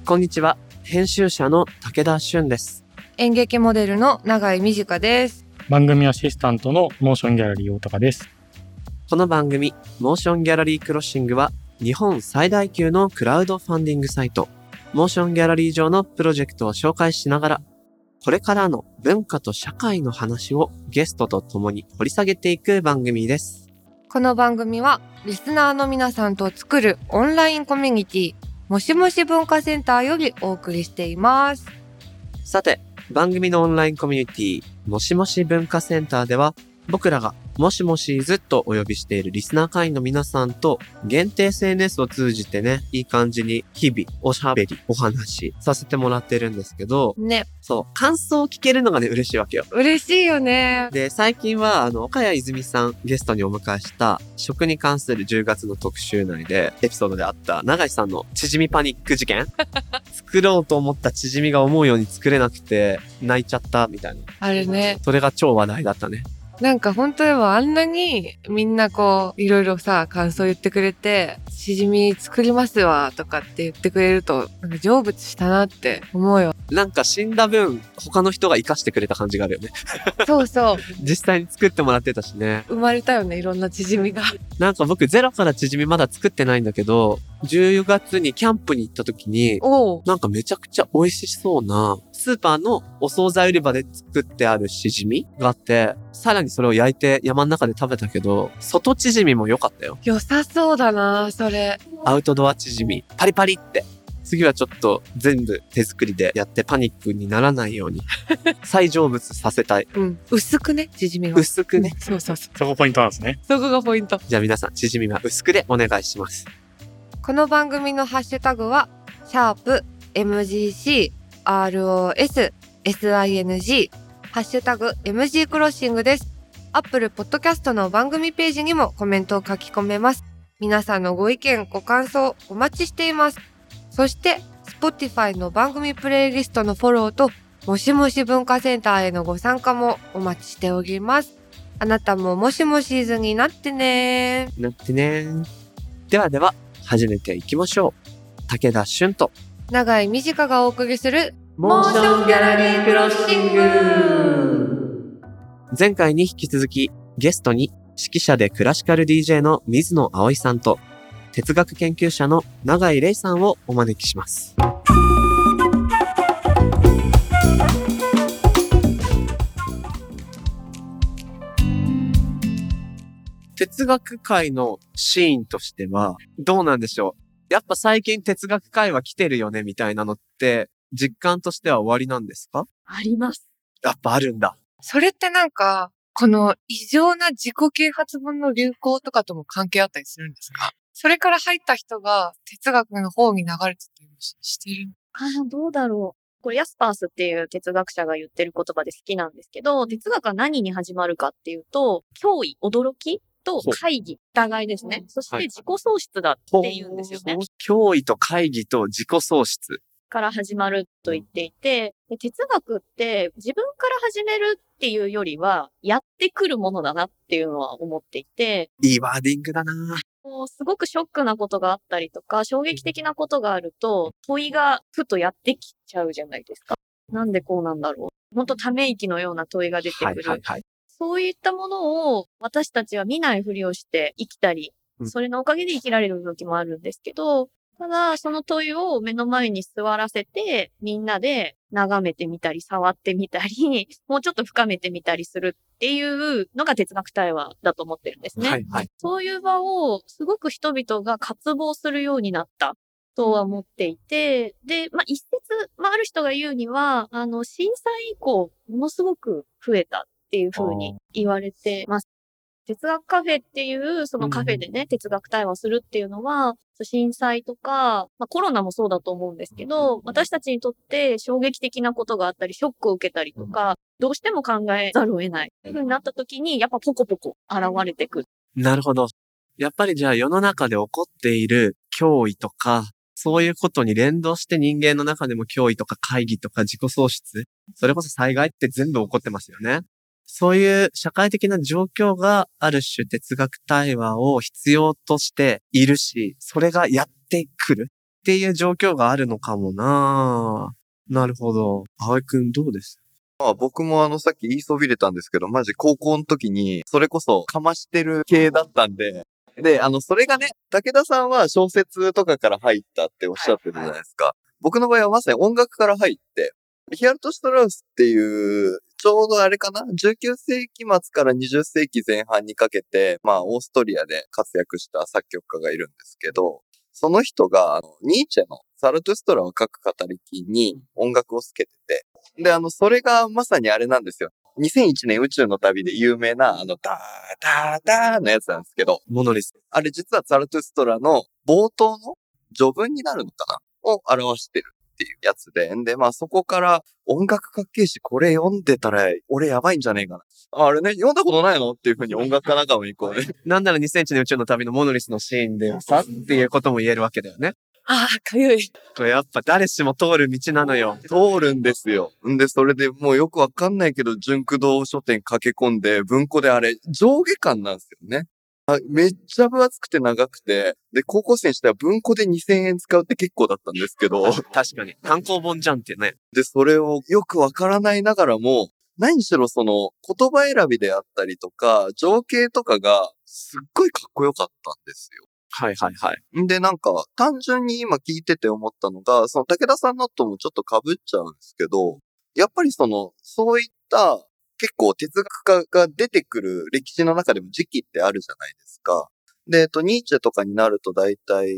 こんにちは。編集者の武田俊です。 演劇モデルの永井美智香です。 番組アシスタントのモーションギャラリー大高です。 この番組、モーションギャラリークロッシングは、日本最大級のクラウドファンディングサイト、モーションギャラリー上のプロジェクトを紹介しながら、これからの文化と社会の話をゲストと共に掘り下げていく番組です。 この番組は、リスナーの皆さんと作るオンラインコミュニティ、もしもし文化センターよりお送りしています。 さて、番組のオンラインコミュニティ、もしもし文化センターでは、僕らがもしもしーずとお呼びしているリスナー会員の皆さんと限定 SNS を通じてね、いい感じに日々おしゃべり、お話させてもらってるんですけど、 ね。 そう、感想を聞けるのがね、嬉しいわけよ。 嬉しいよね。 で、最近は岡谷泉さんゲストにお迎えした食に関する10月の特集内でエピソードであった永井さんのチヂミパニック事件作ろうと思ったチヂミが思うように作れなくて泣いちゃったみたいな。 あれね。 それが超話題だったね。 なんか本当はあんなにみんなこういろいろさ感想言ってくれて、しじみ作りますわとかって言ってくれるとなんか成仏したなって思うよ。 なんか死んだ分他の人が生かしてくれた感じがあるよね。 そうそう。 実際に作ってもらってたしね。 生まれたよね、いろんなチヂミが。 なんか僕ゼロからチヂミまだ作ってないんだけど、10月にキャンプに行った時に、なんかめちゃくちゃ美味しそうなスーパーのお惣菜売り場で作ってあるシジミがあって、さらにそれを焼いて山の中で食べたけど、外チヂミも良かったよ。 良さそうだな、それ。 アウトドアチヂミ、パリパリって。次はちょっと全部手作りでやってパニックにならないように再成仏させたい。 うん。薄くね、チヂミは。 薄くね。 そうそうそう。 そこポイントなんですね。 そこがポイント。 じゃあ皆さん、チヂミは薄くでお願いします。 この番組のハッシュタグは、#MGC ROS SING、ハッシュタグ MG クロッシングです。Apple Podcast の番組ページにもコメントを書き込めます。皆さんのご意見、ご感想お待ちしています。そして Spotify の番組プレイリストのフォローともしもし文化センターへのご参加もお待ちしております。あなたももしもしーずになってね。 なってね。ではでは始めていきましょう。武田俊と永井美智香がお送りするモーションギャラリークロッシング。前回に引き続きゲストに指揮者でクラシカル DJ の水野葵さんと哲学研究者の永井玲さんをお招きします。哲学界のシーンとしてはどうなんでしょう。やっぱ最近哲学界は来てるよねみたいなのって実感としては終わりなんですか？ あります。 やっぱあるんだ。 それってなんかこの異常な自己啓発本の流行とかとも関係あったりするんですか？それから入った人が哲学の方に流れてたりしてる？ どうだろう。これヤスパースっていう哲学者が言ってる言葉で好きなんですけど、哲学は何に始まるかっていうと、脅威、驚きと会議、疑いですね。そして自己喪失だっていうんですよね。 脅威と会議と自己喪失から始まると言っていて、で哲学って自分から始めるっていうよりは、やってくるものだなっていうのは思っていて。 いいワーディングだな。 すごくショックなことがあったりとか、衝撃的なことがあると、問いがふとやってきちゃうじゃないですか。なんでこうなんだろう。本当ため息のような問いが出てくる。そういったものを私たちは見ないふりをして生きたり、それのおかげで生きられる時もあるんですけど、ただその問いを目の前に座らせて、みんなで眺めてみたり、触ってみたり、もうちょっと深めてみたりするっていうのが哲学対話だと思ってるんですね。そういう場をすごく人々が渇望するようになったとは思っていて、で、一説、ある人が言うには、震災以降、ものすごく増えたっていうふうに言われてます。哲学カフェっていう、そのカフェでね、哲学対話するっていうのは、震災とか、コロナもそうだと思うんですけど、私たちにとって衝撃的なことがあったり、ショックを受けたりとか、どうしても考えざるを得ない。という風になった時に、やっぱポコポコ現れてくる。 なるほど。やっぱりじゃあ世の中で起こっている脅威とか、そういうことに連動して人間の中でも脅威とか会議とか自己喪失、それこそ災害って全部起こってますよね。そういう社会的な状況がある種哲学対話を必要としているし、それがやってくるっっていう状況があるのかもな。なるほど。葵くんどうです？ 僕もさっき言いそびれたんですけど、マジ高校の時に、それこそかましてる系だったんで、で、それがね、武田さんは小説とかから入ったっておっしゃってるじゃないですか。僕の場合はまさに音楽から入って、ヒアルト・シュトラウスっていう、ちょうどあれかな ?19 世紀末から20世紀前半にかけて、オーストリアで活躍した作曲家がいるんですけど、その人が、ニーチェのサラトゥストラを書く語り機に音楽をつけてて、で、それがまさにあれなんですよ。2001年宇宙の旅で有名な、ダーダーダーのやつなんですけど、 モノリス。 あれ実はザラトゥストラの冒頭の序文になるのかなを表してるっていうやつで、そこから音楽関係誌これ読んでたら俺やばいんじゃねえかな。あれね、読んだことないのっていう風に音楽家仲間にこうね。 なんなら2001年宇宙の旅のモノリスのシーンでさっていうことも言えるわけだよね。 ああ、かゆい。 これやっぱ誰しも通る道なのよ。 通るんですよ。で、それでもうよくわかんないけど、純駆動書店駆け込んで、文庫であれ、上下巻なんですよね。めっちゃ分厚くて長くて、で、高校生にしては文庫で2000円使うって結構だったんですけど。 確かに。単行本じゃんってね。 で、それをよくわからないながらも、何しろその言葉選びであったりとか、情景とかがすっごいかっこよかったんですよ。 はいはいはい。 で、単純に今聞いてて思ったのが、その武田さんのともちょっと被っちゃうんですけど、やっぱりそういった結構哲学家が出てくる歴史の中でも時期ってあるじゃないですか。で、ニーチェとかになるとだいたい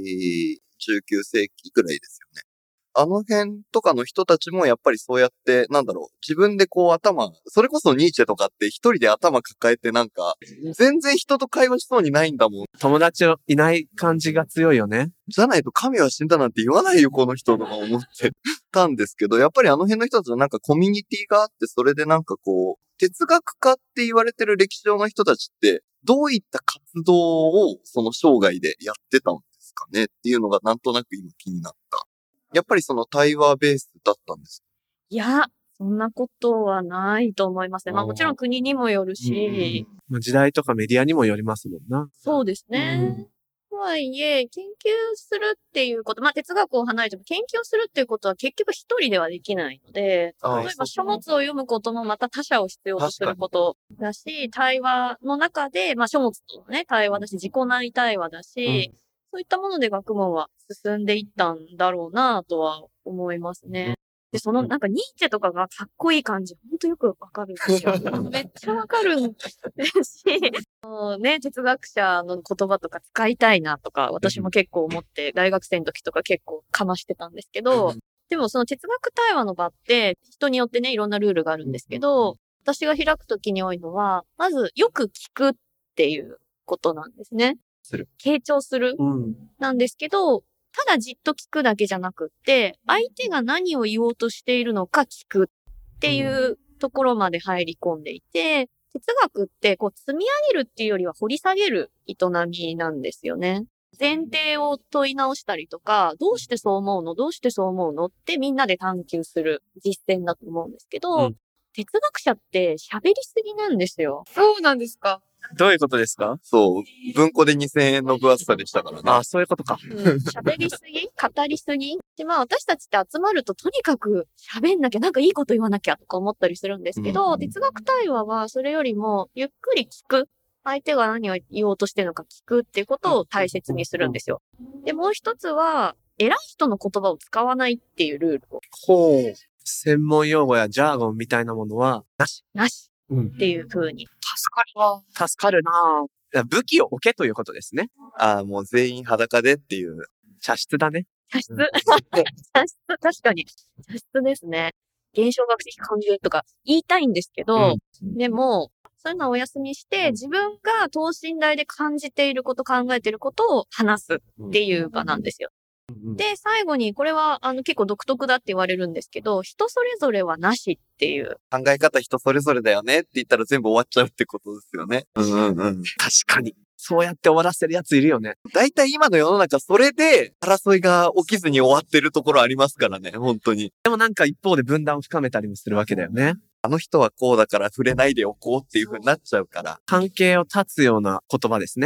19世紀ぐらいですよね。あの辺とかの人たちもやっぱりそうやって、自分でそれこそニーチェとかって一人で頭抱えて全然人と会話しそうにないんだもん。 友達いない感じが強いよね。 じゃないと神は死んだなんて言わないよ、この人とか思ってたんですけど、やっぱりあの辺の人たちはコミュニティがあって、それで哲学家って言われてる歴史上の人たちって、どういった活動をその生涯でやってたんですかねっていうのがなんとなく今気になった。やっぱりその対話ベースだったんですか？ いや、そんなことはないと思いますね。もちろん国にもよるし、 時代とかメディアにもよりますもんな。 そうですね。とはいえ、研究するっていうこと、哲学を離れても研究をするっていうことは結局一人ではできないので、例えば書物を読むこともまた他者を必要とすることだし、対話の中で、書物とのね、対話だし、自己内対話だし、そういったもので学問は進んでいったんだろうなとは思いますね。で、ニーチェとかがかっこいい感じ、ほんとよくわかるんですよ。めっちゃわかるんですし、哲学者の言葉とか使いたいなとか、私も結構思って、大学生の時とか結構かましてたんですけど、でもその哲学対話の場って、人によってね、いろんなルールがあるんですけど、私が開く時に多いのは、まずよく聞くっていうことなんですね。傾聴する、なんですけど、ただじっと聞くだけじゃなくって、相手が何を言おうとしているのか聞くっていうところまで入り込んでいて、哲学って積み上げるっていうよりは掘り下げる営みなんですよね。前提を問い直したりとか、どうしてそう思うの？どうしてそう思うの？ってみんなで探求する実践だと思うんですけど、哲学者って喋りすぎなんですよ。 そうなんですか？ どういうことですか？ そう。文庫で2000円の分厚さでしたからね。 あ、そういうことか。 喋りすぎ？語りすぎ？で、私たちって集まるととにかく喋んなきゃ、いいこと言わなきゃとか思ったりするんですけど、哲学対話はそれよりもゆっくり聞く。相手が何を言おうとしてるのか聞くっていうことを大切にするんですよ。で、もう一つは、偉い人の言葉を使わないっていうルールを。 専門用語やジャーゴンみたいなものは、 なし。っていう風に。 助かるなぁ。武器を置けということですね。 もう全員裸でっていう。 茶室だね。 茶室確かに。茶室ですね。現象学的感情とか言いたいんですけど、でも、そういうのはお休みして、自分が等身大で感じていること、考えていることを話すっていう場なんですよ。で、最後に、これは結構独特だって言われるんですけど、人それぞれはなしっていう。 考え方人それぞれだよねって言ったら全部終わっちゃうってことですよね。 確かに。そうやって終わらせるやついるよね。 だいたい今の世の中それで争いが起きずに終わってるところありますからね、本当に。 でも一方で分断を深めたりもするわけだよね。 あの人はこうだから触れないでおこうっていう風になっちゃうから。 関係を断つような言葉ですね。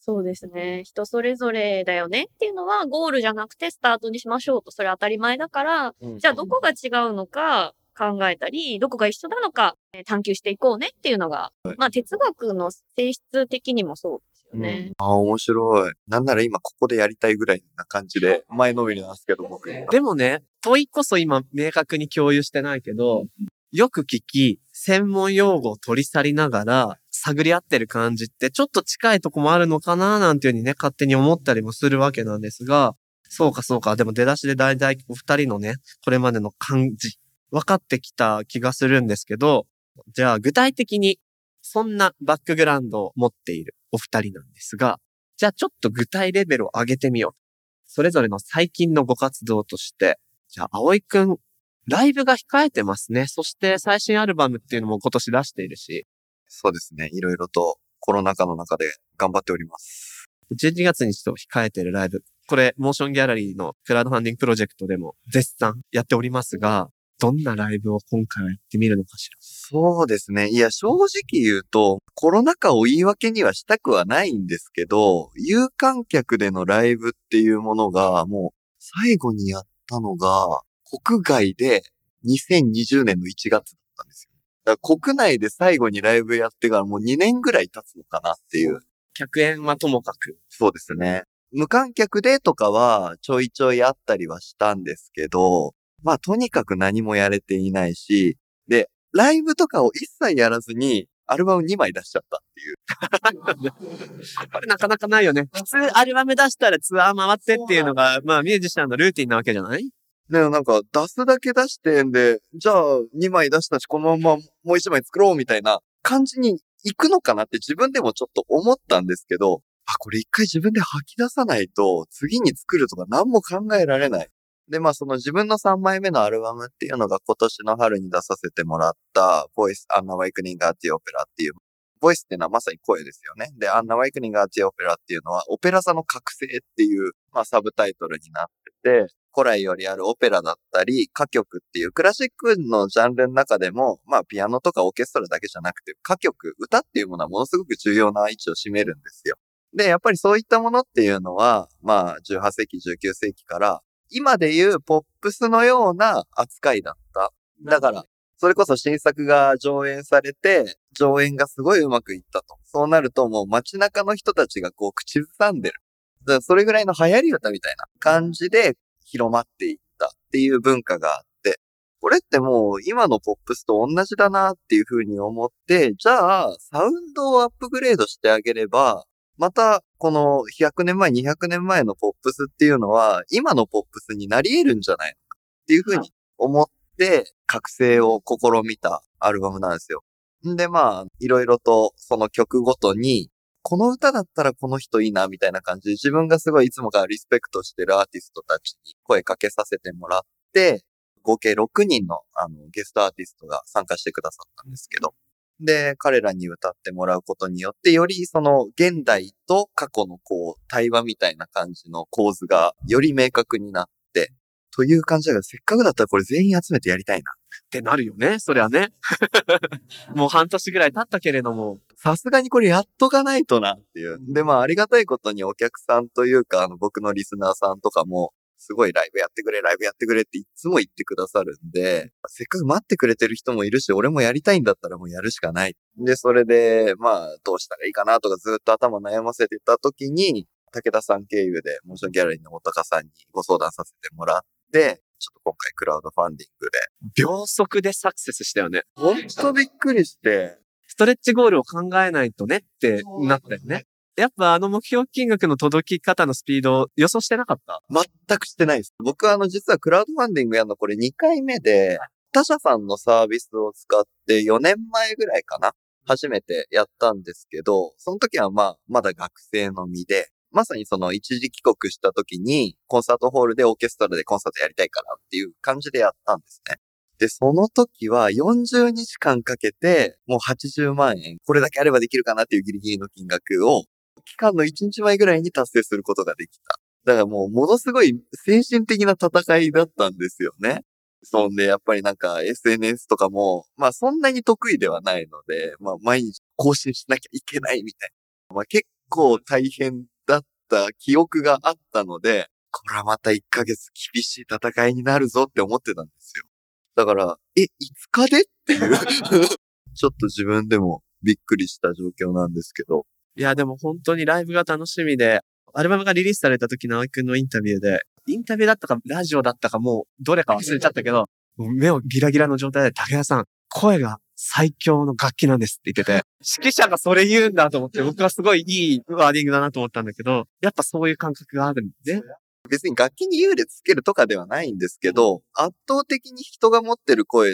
そうですね。人それぞれだよねっていうのはゴールじゃなくてスタートにしましょうと、それ当たり前だから、じゃあどこが違うのか考えたり、どこが一緒なのか探求していこうねっていうのが、まあ哲学の性質的にもそうですよね。 面白い。なんなら今ここでやりたいぐらいな感じで、前のめりなんですけど、僕。 でもね、問いこそ今明確に共有してないけど、よく聞き、専門用語を取り去りながら、探り合ってる感じってちょっと近いとこもあるのかななんていうふうにね、勝手に思ったりもするわけなんですが、そうかそうか。でも出だしで大体お二人のね、これまでの感じ、分かってきた気がするんですけど、じゃあ具体的にそんなバックグラウンドを持っているお二人なんですが、じゃあちょっと具体レベルを上げてみよう。それぞれの最近のご活動として、じゃあ葵くん、ライブが控えてますね。そして最新アルバムっていうのも今年出しているし。 そうですね。いろいろとコロナ禍の中で頑張っております。 12月にちょっと控えているライブ。これ、モーションギャラリーのクラウドファンディングプロジェクトでも絶賛やっておりますが、どんなライブを今回はやってみるのかしら。 そうですね。いや、正直言うと、コロナ禍を言い訳にはしたくはないんですけど、有観客でのライブっていうものが、もう、最後にやったのが、国外で2020年の1月だったんですよ。だから国内で最後にライブやってからもう2年ぐらい経つのかなっていう。 客演はともかく。 そうですね。無観客でとかはちょいちょいあったりはしたんですけど、まあとにかく何もやれていないし、で、ライブとかを一切やらずに、アルバム2枚出しちゃったっていう。 これなかなかないよね。普通アルバム出したらツアー回ってっていうのが、まあミュージシャンのルーティンなわけじゃない？ でもなんか出すだけ出してんで、じゃあ2枚出したしこのままもう1枚作ろうみたいな感じに行くのかなって自分でもちょっと思ったんですけど、これ一回自分で吐き出さないと次に作るとか何も考えられない。で、まあその自分の3枚目のアルバムっていうのが今年の春に出させてもらった Voice and Awakening at the Opera っていう、ボイスっていうのはまさに声ですよね。で、And Awakening at the Opera っていうのはオペラ座の覚醒っていう、まあサブタイトルになってて、古来よりあるオペラだったり、歌曲っていうクラシックのジャンルの中でも、まあピアノとかオーケストラだけじゃなくて、歌曲、歌っていうものはものすごく重要な位置を占めるんですよ。で、やっぱりそういったものっていうのは、まあ18世紀、19世紀から今でいうポップスのような扱いだった。だから、それこそ新作が上演されて、上演がすごいうまくいったと。そうなるともう街中の人たちがこう口ずさんでる。だからそれぐらいの流行り歌みたいな感じで広まっていったっていう文化があって、これってもう今のポップスと同じだなっていうふうに思って、じゃあサウンドをアップグレードしてあげれば、またこの100年前、200年前のポップスっていうのは今のポップスになり得るんじゃないのかっていうふうに思って覚醒を試みたアルバムなんですよ。んでまあいろいろとその曲ごとにこの歌だったらこの人いいなみたいな感じで自分がすごいいつもからリスペクトしてるアーティストたちに声かけさせてもらって、合計6人のゲストアーティストが参加してくださったんですけど、で、彼らに歌ってもらうことによって、よりその現代と過去のこう対話みたいな感じの構図がより明確になって、という感じだからせっかくだったらこれ全員集めてやりたいな。 ってなるよね。そりゃね。もう半年ぐらい経ったけれども。 さすがにこれやっとかないとなっていう。で、まあありがたいことにお客さんというか、僕のリスナーさんとかも、すごいライブやってくれっていつも言ってくださるんで、せっかく待ってくれてる人もいるし、俺もやりたいんだったらもうやるしかない。で、それで、まあどうしたらいいかなとかずっと頭悩ませてた時に、武田さん経由でモーションギャラリーの大高さんにご相談させてもらって、ちょっと今回クラウドファンディングで。 秒速でサクセスしたよね。 ほんとびっくりして。 ストレッチゴールを考えないとねってなったよね。やっぱ目標金額の届き方のスピード予想してなかった？ 全くしてないです。僕は実はクラウドファンディングやるのこれ2回目で、他社さんのサービスを使って4年前ぐらいかな初めてやったんですけど、その時はまだ学生の身で、まさにその一時帰国した時にコンサートホールでオーケストラでコンサートやりたいからっていう感じでやったんですね。で、その時は40日間かけてもう80万円、これだけあればできるかなっていうギリギリの金額を期間の1日前ぐらいに達成することができた。だからもうものすごい精神的な戦いだったんですよね。そんでやっぱりなんか SNS とかも、そんなに得意ではないので、毎日更新しなきゃいけないみたいな。結構大変だった記憶があったので、これはまた1ヶ月厳しい戦いになるぞって思ってたんですよ。だから、5日でっていうちょっと自分でもびっくりした状況なんですけど。 いや、でも本当にライブが楽しみで、アルバムがリリースされた時の葵くんのインタビューで、インタビューだったかラジオだったかもうどれか忘れちゃったけど、目をギラギラの状態で、竹谷さん、声が最強の楽器なんですって言ってて、指揮者がそれ言うんだと思って、僕はすごいいいワーディングだなと思ったんだけど、やっぱそういう感覚があるんでね。 別に楽器に優劣つけるとかではないんですけど、圧倒的に人が持ってる声って、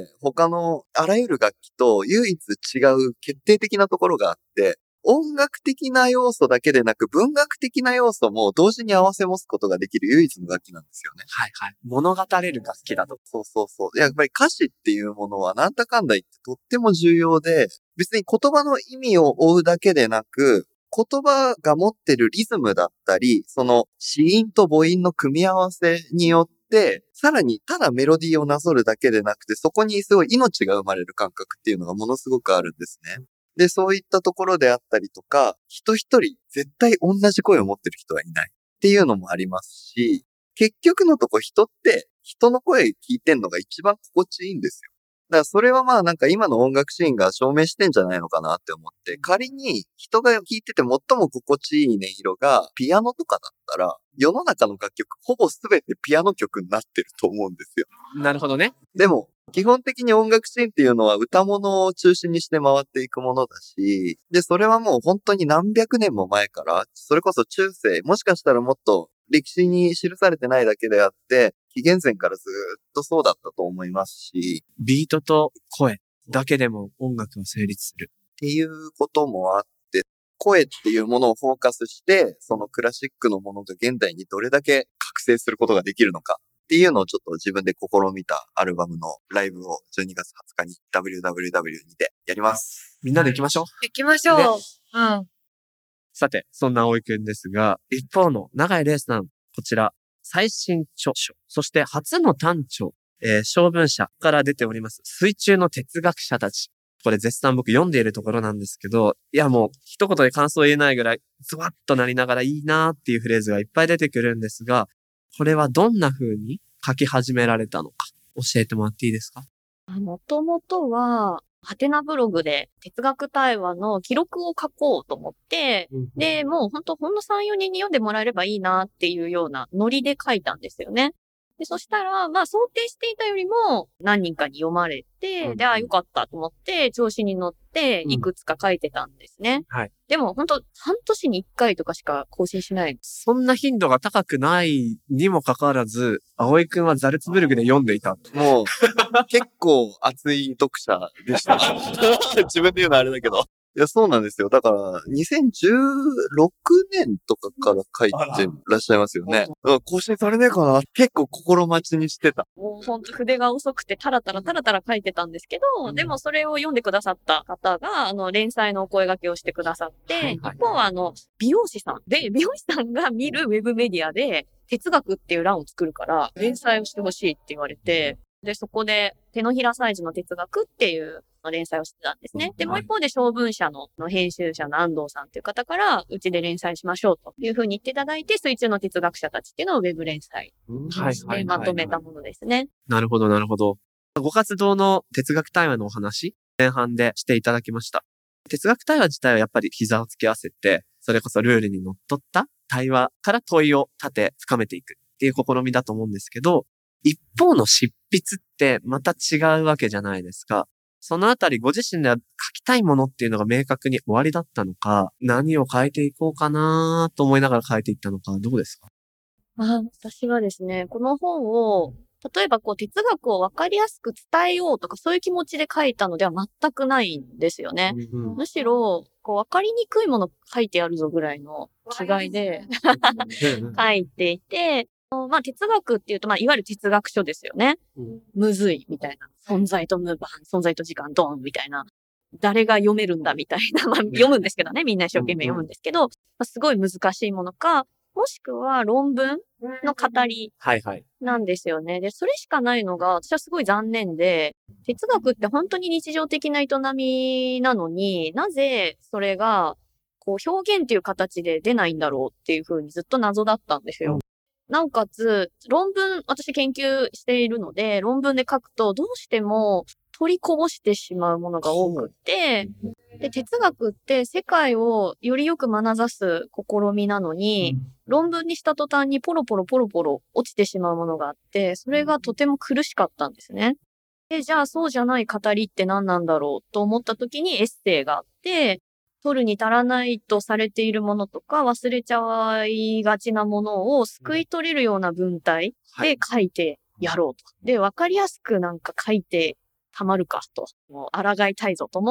他のあらゆる楽器と唯一違う決定的なところがあって、音楽的な要素だけでなく文学的な要素も同時に合わせ持つことができる唯一の楽器なんですよね。 はいはい。物語れる楽器だと。 そうそうそう。やっぱり歌詞っていうものはなんだかんだ言ってとっても重要で、別に言葉の意味を追うだけでなく、言葉が持ってるリズムだったり、その子音と母音の組み合わせによって、さらにただメロディーをなぞるだけでなくて、そこにすごい命が生まれる感覚っていうのがものすごくあるんですね。で、そういったところであったりとか、人一人絶対同じ声を持ってる人はいないっていうのもありますし、結局のとこ人って人の声聞いてんのが一番心地いいんですよ。だからそれはまあなんか今の音楽シーンが証明してんじゃないのかなって思って、仮に人が聴いてて最も心地いい音色がピアノとかだったら、世の中の楽曲ほぼ全てピアノ曲になってると思うんですよ。 なるほどね。 でも、基本的に音楽シーンっていうのは歌物を中心にして回っていくものだし、で、それはもう本当に何百年も前から、それこそ中世、もしかしたらもっと歴史に記されてないだけであって、紀元前からずっとそうだったと思いますし、 ビートと声だけでも音楽は成立する。 っていうこともあって、声っていうものをフォーカスして、そのクラシックのものが現代にどれだけ覚醒することができるのかっていうのをちょっと自分で試みたアルバムのライブを12月20日に WWW にてやります。 みんなで行きましょう。 行きましょう。 ねうん。 さて、そんな葵くんですが、一方の永井玲さん、こちら、最新著書、そして初の短調、小文社から出ております、水中の哲学者たち。これ絶賛僕読んでいるところなんですけど、いやもう一言で感想言えないぐらい、ズワッとなりながらいいなーっていうフレーズがいっぱい出てくるんですが、これはどんな風に書き始められたのか、教えてもらっていいですか？ もともとは、ハテナブログで哲学対話の記録を書こうと思って、で、もうほんの3、4人に読んでもらえればいいなっていうようなノリで書いたんですよね。で、そしたら、まあ想定していたよりも何人かに読まれて、で、よかったと思って、調子に乗っていくつか書いてたんですね。 はい。 でも、半年に1回とかしか更新しない。 そんな頻度が高くないにもかかわらず、葵くんはザルツブルグで読んでいた。 もう、結構熱い読者でした。自分で言うのはあれだけど。いや、そうなんですよ。だから、2016年とかから書いてらっしゃいますよね。更新されねえかな結構心待ちにしてた。 もうほんと筆が遅くてタラタラ書いてたんですけど、でもそれを読んでくださった方が、連載のお声掛けをしてくださって、一方は美容師さんで、美容師さんが見るウェブメディアで、哲学っていう欄を作るから、連載をしてほしいって言われて、で、そこで手のひらサイズの哲学っていう連載をしてたんですね。で、もう一方で小文社の編集者の安藤さんっていう方から、うちで連載しましょうというふうに言っていただいて、水中の哲学者たちっていうのをウェブ連載してまとめたものですね。 なるほど、なるほど。ご活動の哲学対話のお話、前半でしていただきました。哲学対話自体はやっぱり膝を突き合わせて、それこそルールにのっとった対話から問いを立て深めていくっていう試みだと思うんですけど、一方の執筆ってまた違うわけじゃないですか。そのあたりご自身では書きたいものっていうのが明確に終わりだったのか、何を書いていこうかなと思いながら書いていったのか、どうですか？ 私はですね、この本を、例えば哲学をわかりやすく伝えようとかそういう気持ちで書いたのでは全くないんですよね。むしろ、わかりにくいもの書いてやるぞぐらいの気概で書いていて、哲学っていうと、いわゆる哲学書ですよね。むずいみたいな。存在と無番、存在と時間ドンみたいな。誰が読めるんだみたいな。読むんですけどね。みんな一生懸命読むんですけど、すごい難しいものか、もしくは論文の語りなんですよね。で、それしかないのが、私はすごい残念で、哲学って本当に日常的な営みなのになぜそれが、 こう表現っていう形で出ないんだろうっていう風にずっと謎だったんですよ。なおかつ、論文、私研究しているので、論文で書くとどうしても取りこぼしてしまうものが多くて、で、哲学って世界をよりよく眼差す試みなのに、論文にした途端にポロポロ落ちてしまうものがあって、それがとても苦しかったんですね。で、じゃあそうじゃない語りって何なんだろうと思った時にエッセイがあって、取るに足らないとされているものとか忘れちゃいがちなものを救い取れるような文体で書いてやろうと。で、わかりやすくなんか書いてたまるかと。もう抗いたいぞと思って、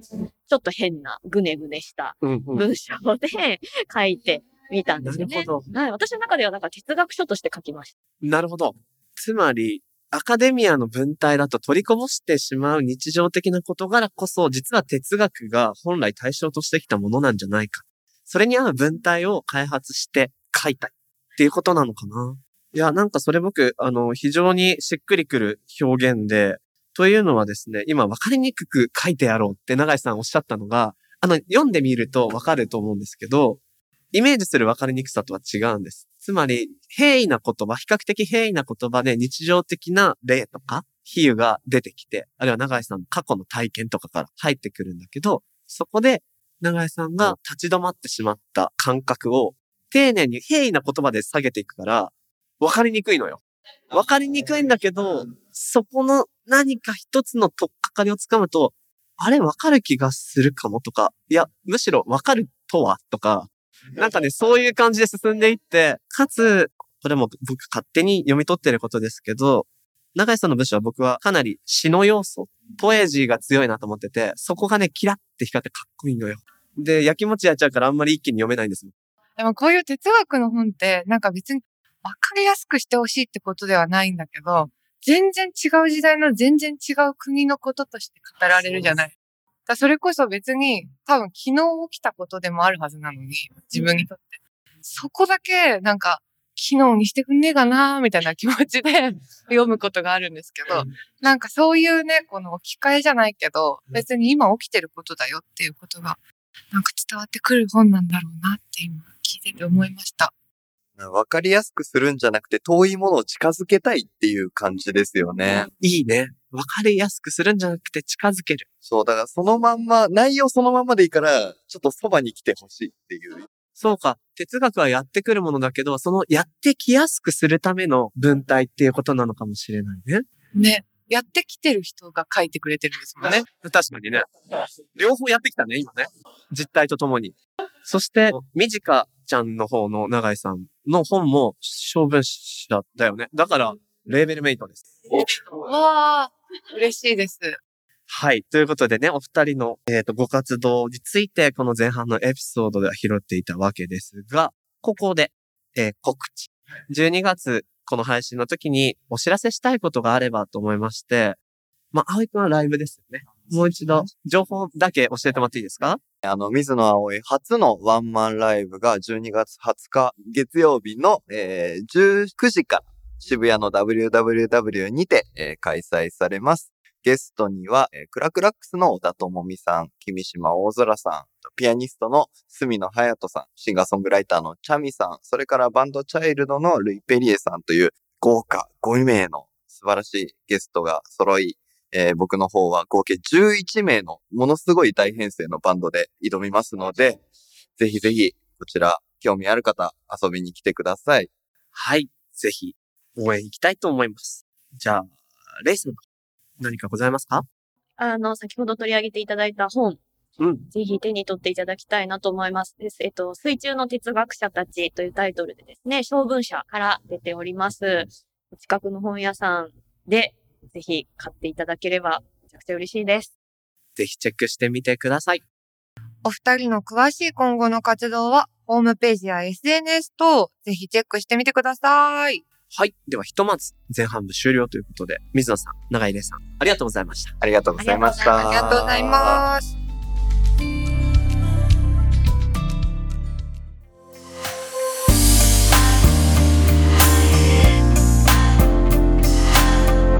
ちょっと変なぐねぐねした文章で書いてみたんですよね。なるほど。はい。私の中ではなんか哲学書として書きました。 なるほど。つまり、アカデミアの文体だと取りこぼしてしまう日常的な事柄こそ、実は哲学が本来対象としてきたものなんじゃないか。それに合う文体を開発して書いたいっていうことなのかな。いや、なんかそれ僕、非常にしっくりくる表現で、というのはですね、今分かりにくく書いてやろうって永井さんおっしゃったのが、読んでみると分かると思うんですけど、イメージする分かりにくさとは違うんです。つまり、平易な言葉、比較的平易な言葉で日常的な例とか比喩が出てきて、あるいは永井さんの過去の体験とかから入ってくるんだけど、そこで永井さんが立ち止まってしまった感覚を丁寧に平易な言葉で下げていくから、分かりにくいのよ。分かりにくいんだけど、そこの何か一つの取っかかりをつかむと、あれ分かる気がするかもとか、いや、むしろ分かるとはとか、なんかね、そういう感じで進んでいって、かつ、これも僕勝手に読み取ってることですけど、永井さんの文章は僕はかなり詩の要素、ポエジーが強いなと思ってて、そこがね、キラッて光ってかっこいいのよ。で、やきもちやっちゃうからあんまり一気に読めないんですもん。 でもこういう哲学の本って、なんか別に分かりやすくしてほしいってことではないんだけど、全然違う時代の全然違う国のこととして語られるじゃない。だそれこそ別に多分昨日起きたことでもあるはずなのに、自分にとって。そこだけなんか昨日にしてくんねえかなみたいな気持ちで読むことがあるんですけど、なんかそういうね、この置き換えじゃないけど、別に今起きてることだよっていうことがなんか伝わってくる本なんだろうなって今聞いてて思いました。 わかりやすくするんじゃなくて遠いものを近づけたいっていう感じですよね。 いいね。わかりやすくするんじゃなくて近づける。 そう、だからそのまんま、内容そのまんまでいいから、ちょっとそばに来てほしいっていう。 そうか。哲学はやってくるものだけど、そのやってきやすくするための文体っていうことなのかもしれないね。 ね。やってきてる人が書いてくれてるんですもんね。 確かにね。両方やってきたね、今ね。実態とともに。そして、みじかちゃんの方の永井さんの本も小文社だよね。だから、レーベルメイトです。 わー、嬉しいです。 はい。ということでね、お二人の、ご活動について、この前半のエピソードでは拾っていたわけですが、ここで、告知。12月、この配信の時にお知らせしたいことがあればと思いまして、葵くんはライブですよね。もう一度、情報だけ教えてもらっていいですか？ 水野葵初のワンマンライブが12月20日月曜日の、19時から渋谷の WWW にて、開催されます。ゲストには、クラクラックスの小田智美さん、君島大空さん、ピアニストの隅野隼人さん、シンガーソングライターのチャミさん、それからバンドチャイルドのルイ・ペリエさんという豪華5名の素晴らしいゲストが揃い、僕の方は合計11名のものすごい大編成のバンドで挑みますので、ぜひぜひこちら興味ある方遊びに来てください。 はい。ぜひ応援行きたいと思います。じゃあ、レイさん何かございますか？ 先ほど取り上げていただいた本、ぜひ手に取っていただきたいなと思います。水中の哲学者たちというタイトルでですね、小文社から出ております。お近くの本屋さんで、ぜひ買っていただければめちゃくちゃ嬉しいです。 ぜひチェックしてみてください。 お二人の詳しい今後の活動は、ホームページや SNS 等、ぜひチェックしてみてください。 はい。では、ひとまず前半部終了ということで、水野さん、永井玲さん、ありがとうございました。 ありがとうございました。 ありがとうございます。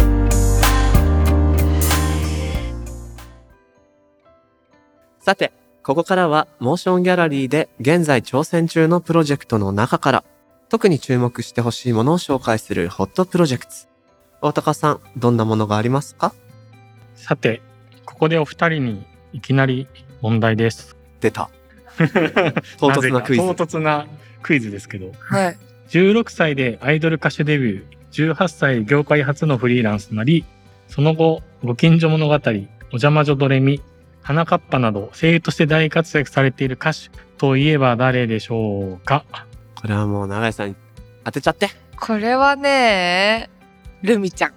さて、 ここからはモーションギャラリーで現在挑戦中のプロジェクトの中から特に注目してほしいものを紹介するホットプロジェクト。大高さん、どんなものがありますか？ さて、ここでお二人にいきなり問題です。 出た。唐突なクイズ。 唐突なクイズですけど。 はい。 16歳でアイドル歌手デビュー、18歳業界初のフリーランスとなり、その後、ご近所物語、お邪魔女ドレミ、花かっぱなど声優として大活躍されている歌手といえば誰でしょうか？ これはもう永井さん当てちゃって。 これはね、ルミちゃん。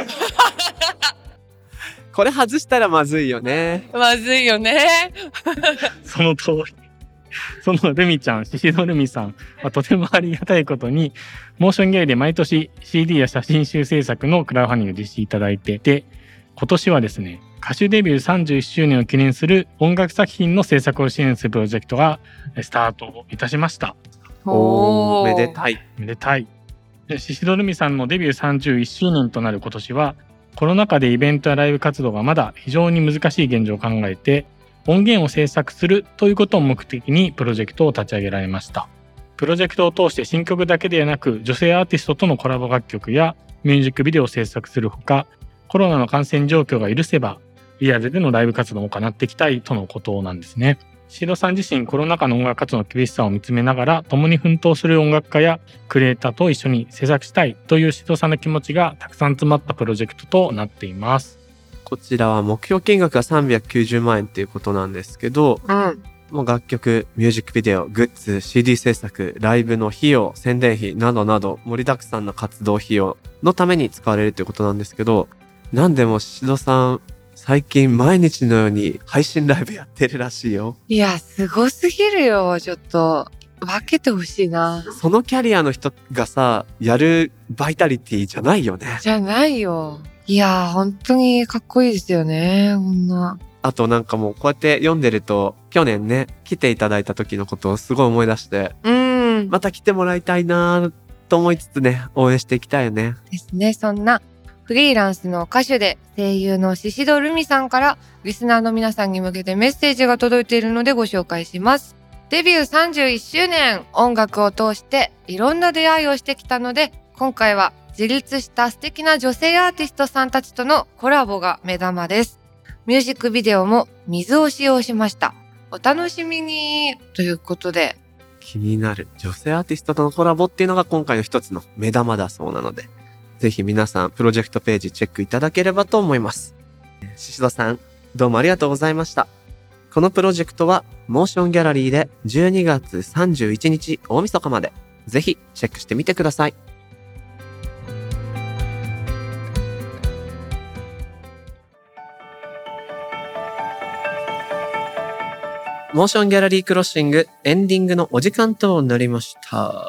これ外したらまずいよね。 まずいよね。 その通り。そのルミちゃん、シシドルミさんはとてもありがたいことに、モーションギャラリーで毎年 CD や写真集制作のクラウドファンディングを実施いただいてて、今年はですね、歌手デビュー31周年を記念する音楽作品の制作を支援するプロジェクトがスタートいたしました。 おー、めでたい。 めでたい。シシドルミさんのデビュー31周年となる今年は、コロナ禍でイベントやライブ活動がまだ非常に難しい現状を考えて、音源を制作するということを目的にプロジェクトを立ち上げられました。プロジェクトを通して新曲だけではなく、女性アーティストとのコラボ楽曲やミュージックビデオを制作するほか、コロナの感染状況が許せば、リアルでのライブ活動も行っていきたいとのことなんですね。シドさん自身コロナ禍の音楽活動の厳しさを見つめながら共に奮闘する音楽家やクリエイターと一緒に制作したいというシドさんの気持ちがたくさん詰まったプロジェクトとなっています。 こちらは目標金額が390万円っていうことなんですけど、もう楽曲、ミュージックビデオ、グッズ、CD 制作、ライブの費用、宣伝費などなど盛りだくさんな活動費用のために使われるということなんですけど、なんでもシドさん最近毎日のように配信ライブやってるらしいよ。 いや、すごすぎるよ。ちょっと分けてほしいな。 そのキャリアの人がさ、やるバイタリティじゃないよね。 じゃないよ。いやー、本当にかっこいいですよね、こんな。 あとなんかもうこうやって読んでると、去年ね、来ていただいた時のことをすごい思い出して、また来てもらいたいなと思いつつね、応援していきたいよね。 ですね。そんなフリーランスの歌手で声優のシシドルミさんからリスナーの皆さんに向けてメッセージが届いているのでご紹介します。デビュー31周年、音楽を通していろんな出会いをしてきたので、今回は自立した素敵な女性アーティストさんたちとのコラボが目玉です。ミュージックビデオも水を使用しました。お楽しみにということで。 気になる女性アーティストとのコラボっていうのが今回の一つの目玉だそうなので、ぜひ皆さんプロジェクトページチェックいただければと思います。シシドさん、どうもありがとうございました。このプロジェクトはモーションギャラリーで12月31日大晦日まで、ぜひチェックしてみてください。モーションギャラリークロッシングエンディングのお時間となりました。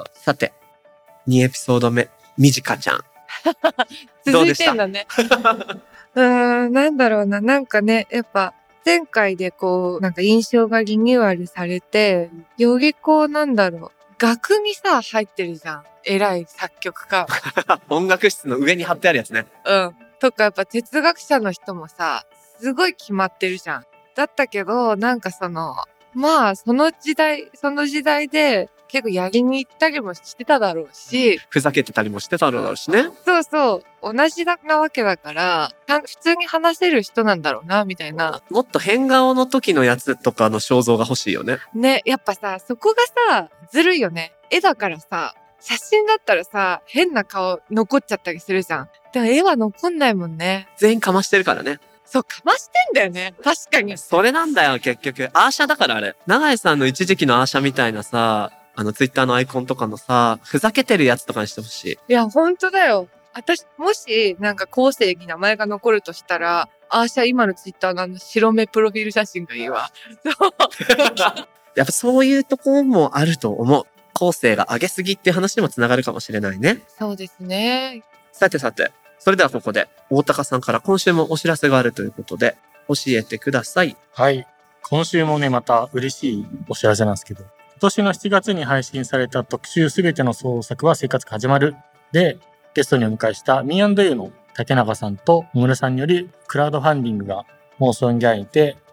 さて、2エピソード目、みじかちゃん。 続いてんだね。なんだろうな。なんかね、やっぱ前回でこう、なんか印象がリニューアルされて、よりこうなんだろう。楽にさ、入ってるじゃん。偉い作曲家。 音楽室の上に貼ってあるやつね。 とかやっぱ哲学者の人もさ、すごい決まってるじゃん。だったけど、なんかまあ、その時代で結構やりに行ったりもしてただろうし。 ふざけてたりもしてただろうしね。 そうそう。同じなわけだから、普通に話せる人なんだろうな、みたいな。 もっと変顔の時のやつとかの肖像が欲しいよね。 ね、やっぱさ、そこがさ、ずるいよね。絵だからさ、写真だったらさ、変な顔残っちゃったりするじゃん。でも絵は残んないもんね。 全員かましてるからね。 そう、かましてんだよね。確かに。 それなんだよ、結局。アーシャだからあれ。永井さんの一時期のアーシャみたいなさ、ツイッターのアイコンとかのさ、ふざけてるやつとかにしてほしい。 いや、ほんとだよ。私、もし、なんか後世に名前が残るとしたら、アーシャ今のツイッターの白目プロフィール写真がいいわ。そう。 やっぱそういうところもあると思う。後世が上げすぎっていう話にもつながるかもしれないね。 そうですね。 さてさて、それではここで大高さんから今週もお知らせがあるということで教えてください。 はい。今週もね、また嬉しいお知らせなんですけど、今年の7月に配信された特集すべての創作は生活が始まるで、ゲストにお迎えした Me&You の竹中さんと野村さんによりクラウドファンディングがモーションギャラリーで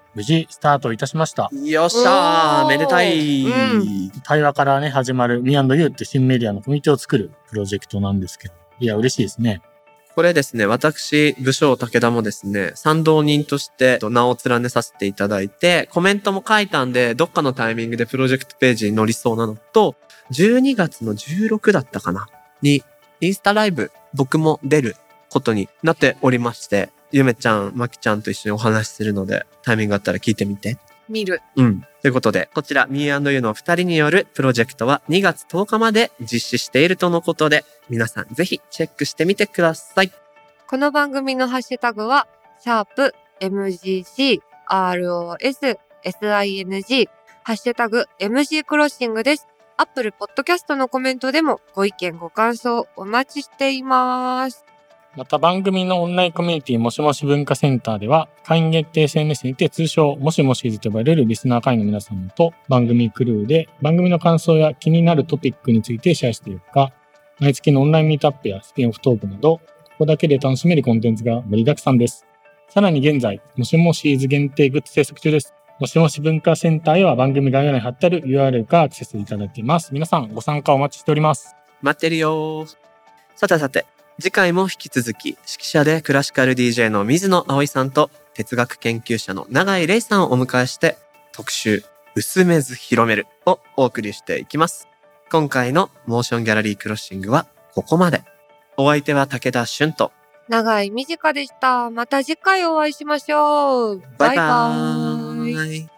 無事スタートいたしました。 よっしゃー、めでたい、 対話からね、始まる Me&You って新メディアのコミュニティを作るプロジェクトなんですけど、いや、嬉しいですね。 これですね、私、武将武田もですね、賛同人として名を連ねさせていただいて、コメントも書いたんで、どっかのタイミングでプロジェクトページに載りそうなのと、12月の16だったかなに、インスタライブ、僕も出ることになっておりまして、ゆめちゃん、まきちゃんと一緒にお話しするので、タイミングがあったら聞いてみて。 見る。 ということで、こちら Me&You の2人によるプロジェクトは2月10日まで実施しているとのことで、皆さんぜひチェックしてみてください。 この番組のハッシュタグは、#MGC ROS SING、ハッシュタグ MG クロッシングです。Apple Podcast のコメントでもご意見ご感想お待ちしています。 また番組のオンラインコミュニティもしもし文化センターでは、会員限定 SNS にて通称もしもしーずと呼ばれるリスナー会員の皆様と番組クルーで番組の感想や気になるトピックについてシェアしているほか、毎月のオンラインミートアップやスピンオフトークなど、ここだけで楽しめるコンテンツが盛りだくさんです。さらに現在、もしもしーず限定グッズ制作中です。もしもし文化センターへは番組概要欄に貼ってある URL からアクセスいただけます。皆さんご参加お待ちしております。 待ってるよー。さて、次回も引き続き、指揮者でクラシカル DJ の水野葵さんと哲学研究者の永井玲さんをお迎えして、特集、薄めず広めるをお送りしていきます。今回のモーションギャラリークロッシングはここまで。お相手は武田俊と長井美智香でした。また次回お会いしましょう。バイバーイ。